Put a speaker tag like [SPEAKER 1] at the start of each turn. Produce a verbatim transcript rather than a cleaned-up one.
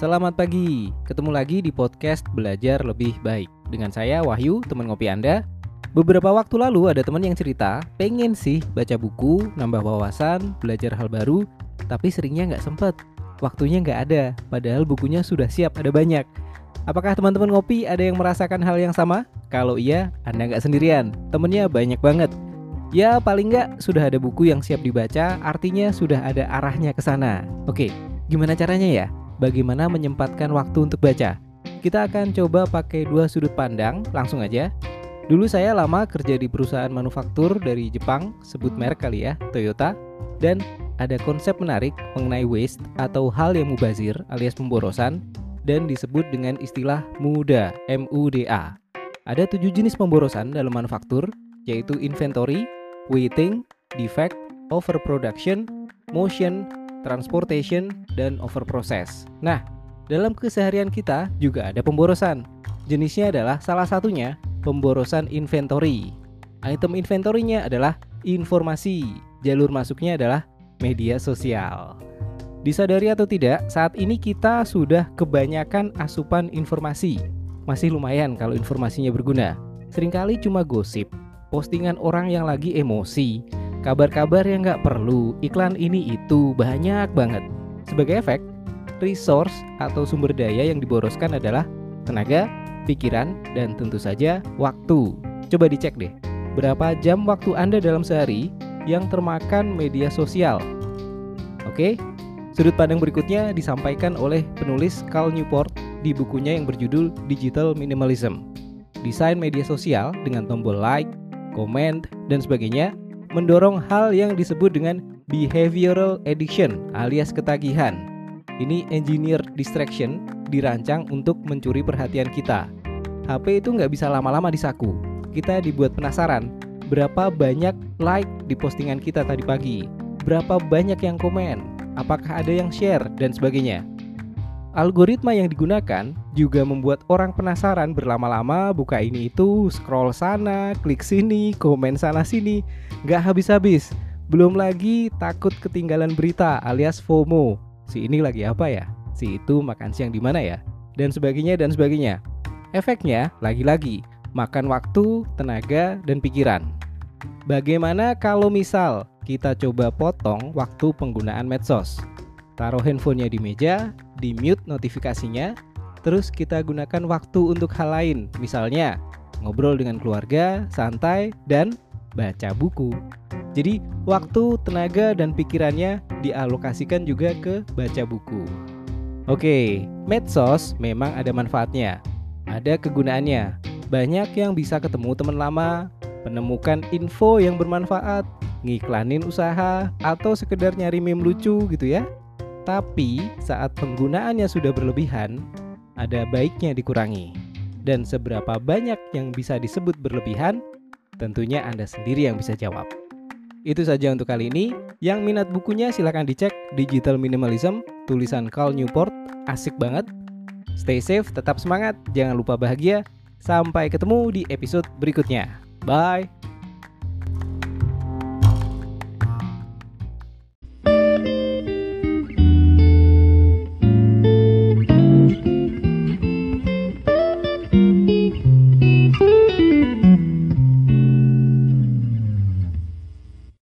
[SPEAKER 1] Selamat pagi, ketemu lagi di podcast Belajar Lebih Baik. Dengan saya Wahyu, teman ngopi Anda. Beberapa waktu lalu ada teman yang cerita, pengen sih baca buku, nambah wawasan, belajar hal baru, tapi seringnya nggak sempet. Waktunya nggak ada, padahal bukunya sudah siap, ada banyak. Apakah teman-teman ngopi ada yang merasakan hal yang sama? Kalau iya, Anda nggak sendirian, temennya banyak banget. Ya paling nggak sudah ada buku yang siap dibaca, artinya sudah ada arahnya ke sana. Oke, gimana caranya ya? Bagaimana menyempatkan waktu untuk baca? Kita akan coba pakai dua sudut pandang, langsung aja. Dulu saya lama kerja di perusahaan manufaktur dari Jepang, sebut merek kali ya, Toyota. Dan ada konsep menarik mengenai waste atau hal yang mubazir alias pemborosan, dan disebut dengan istilah MUDA, M U D A. Ada tujuh jenis pemborosan dalam manufaktur, yaitu inventory, waiting, defect, overproduction, motion, transportation, dan overprocess. Nah, dalam keseharian kita juga ada pemborosan. Jenisnya adalah salah satunya pemborosan inventory. Item inventory-nya adalah informasi. Jalur masuknya adalah media sosial. Disadari atau tidak, saat ini kita sudah kebanyakan asupan informasi. Masih lumayan kalau informasinya berguna. Seringkali cuma gosip, postingan orang yang lagi emosi, kabar-kabar yang nggak perlu, iklan ini itu, banyak banget. Sebagai efek, resource atau sumber daya yang diboroskan adalah tenaga, pikiran, dan tentu saja waktu. Coba dicek deh, berapa jam waktu Anda dalam sehari yang termakan media sosial? Oke, sudut pandang berikutnya disampaikan oleh penulis Cal Newport di bukunya yang berjudul Digital Minimalism. Desain media sosial dengan tombol like, comment, dan sebagainya mendorong hal yang disebut dengan behavioral addiction alias ketagihan. Ini engineered distraction dirancang untuk mencuri perhatian kita. H P itu nggak bisa lama-lama di saku. Kita dibuat penasaran berapa banyak like di postingan kita tadi pagi, berapa banyak yang komen, apakah ada yang share, dan sebagainya. Algoritma yang digunakan juga membuat orang penasaran berlama-lama, buka ini itu, scroll sana, klik sini, komen sana sini, nggak habis-habis. Belum lagi takut ketinggalan berita alias FOMO. Si ini lagi apa ya? Si itu makan siang di mana ya? Dan sebagainya dan sebagainya. Efeknya lagi-lagi makan waktu, tenaga, dan pikiran. Bagaimana kalau misal kita coba potong waktu penggunaan medsos? Taruh handphonenya di meja, di mute notifikasinya, terus kita gunakan waktu untuk hal lain, misalnya ngobrol dengan keluarga, santai, dan baca buku. Jadi waktu, tenaga, dan pikirannya dialokasikan juga ke baca buku. Oke, medsos memang ada manfaatnya, ada kegunaannya. Banyak yang bisa ketemu teman lama, menemukan info yang bermanfaat, ngiklanin usaha, atau sekedar nyari meme lucu gitu ya. Tapi saat penggunaannya sudah berlebihan, ada baiknya dikurangi. Dan seberapa banyak yang bisa disebut berlebihan, tentunya Anda sendiri yang bisa jawab. Itu saja untuk kali ini. Yang minat bukunya silakan dicek Digital Minimalism, tulisan Cal Newport, asik banget. Stay safe, tetap semangat, jangan lupa bahagia. Sampai ketemu di episode berikutnya. Bye!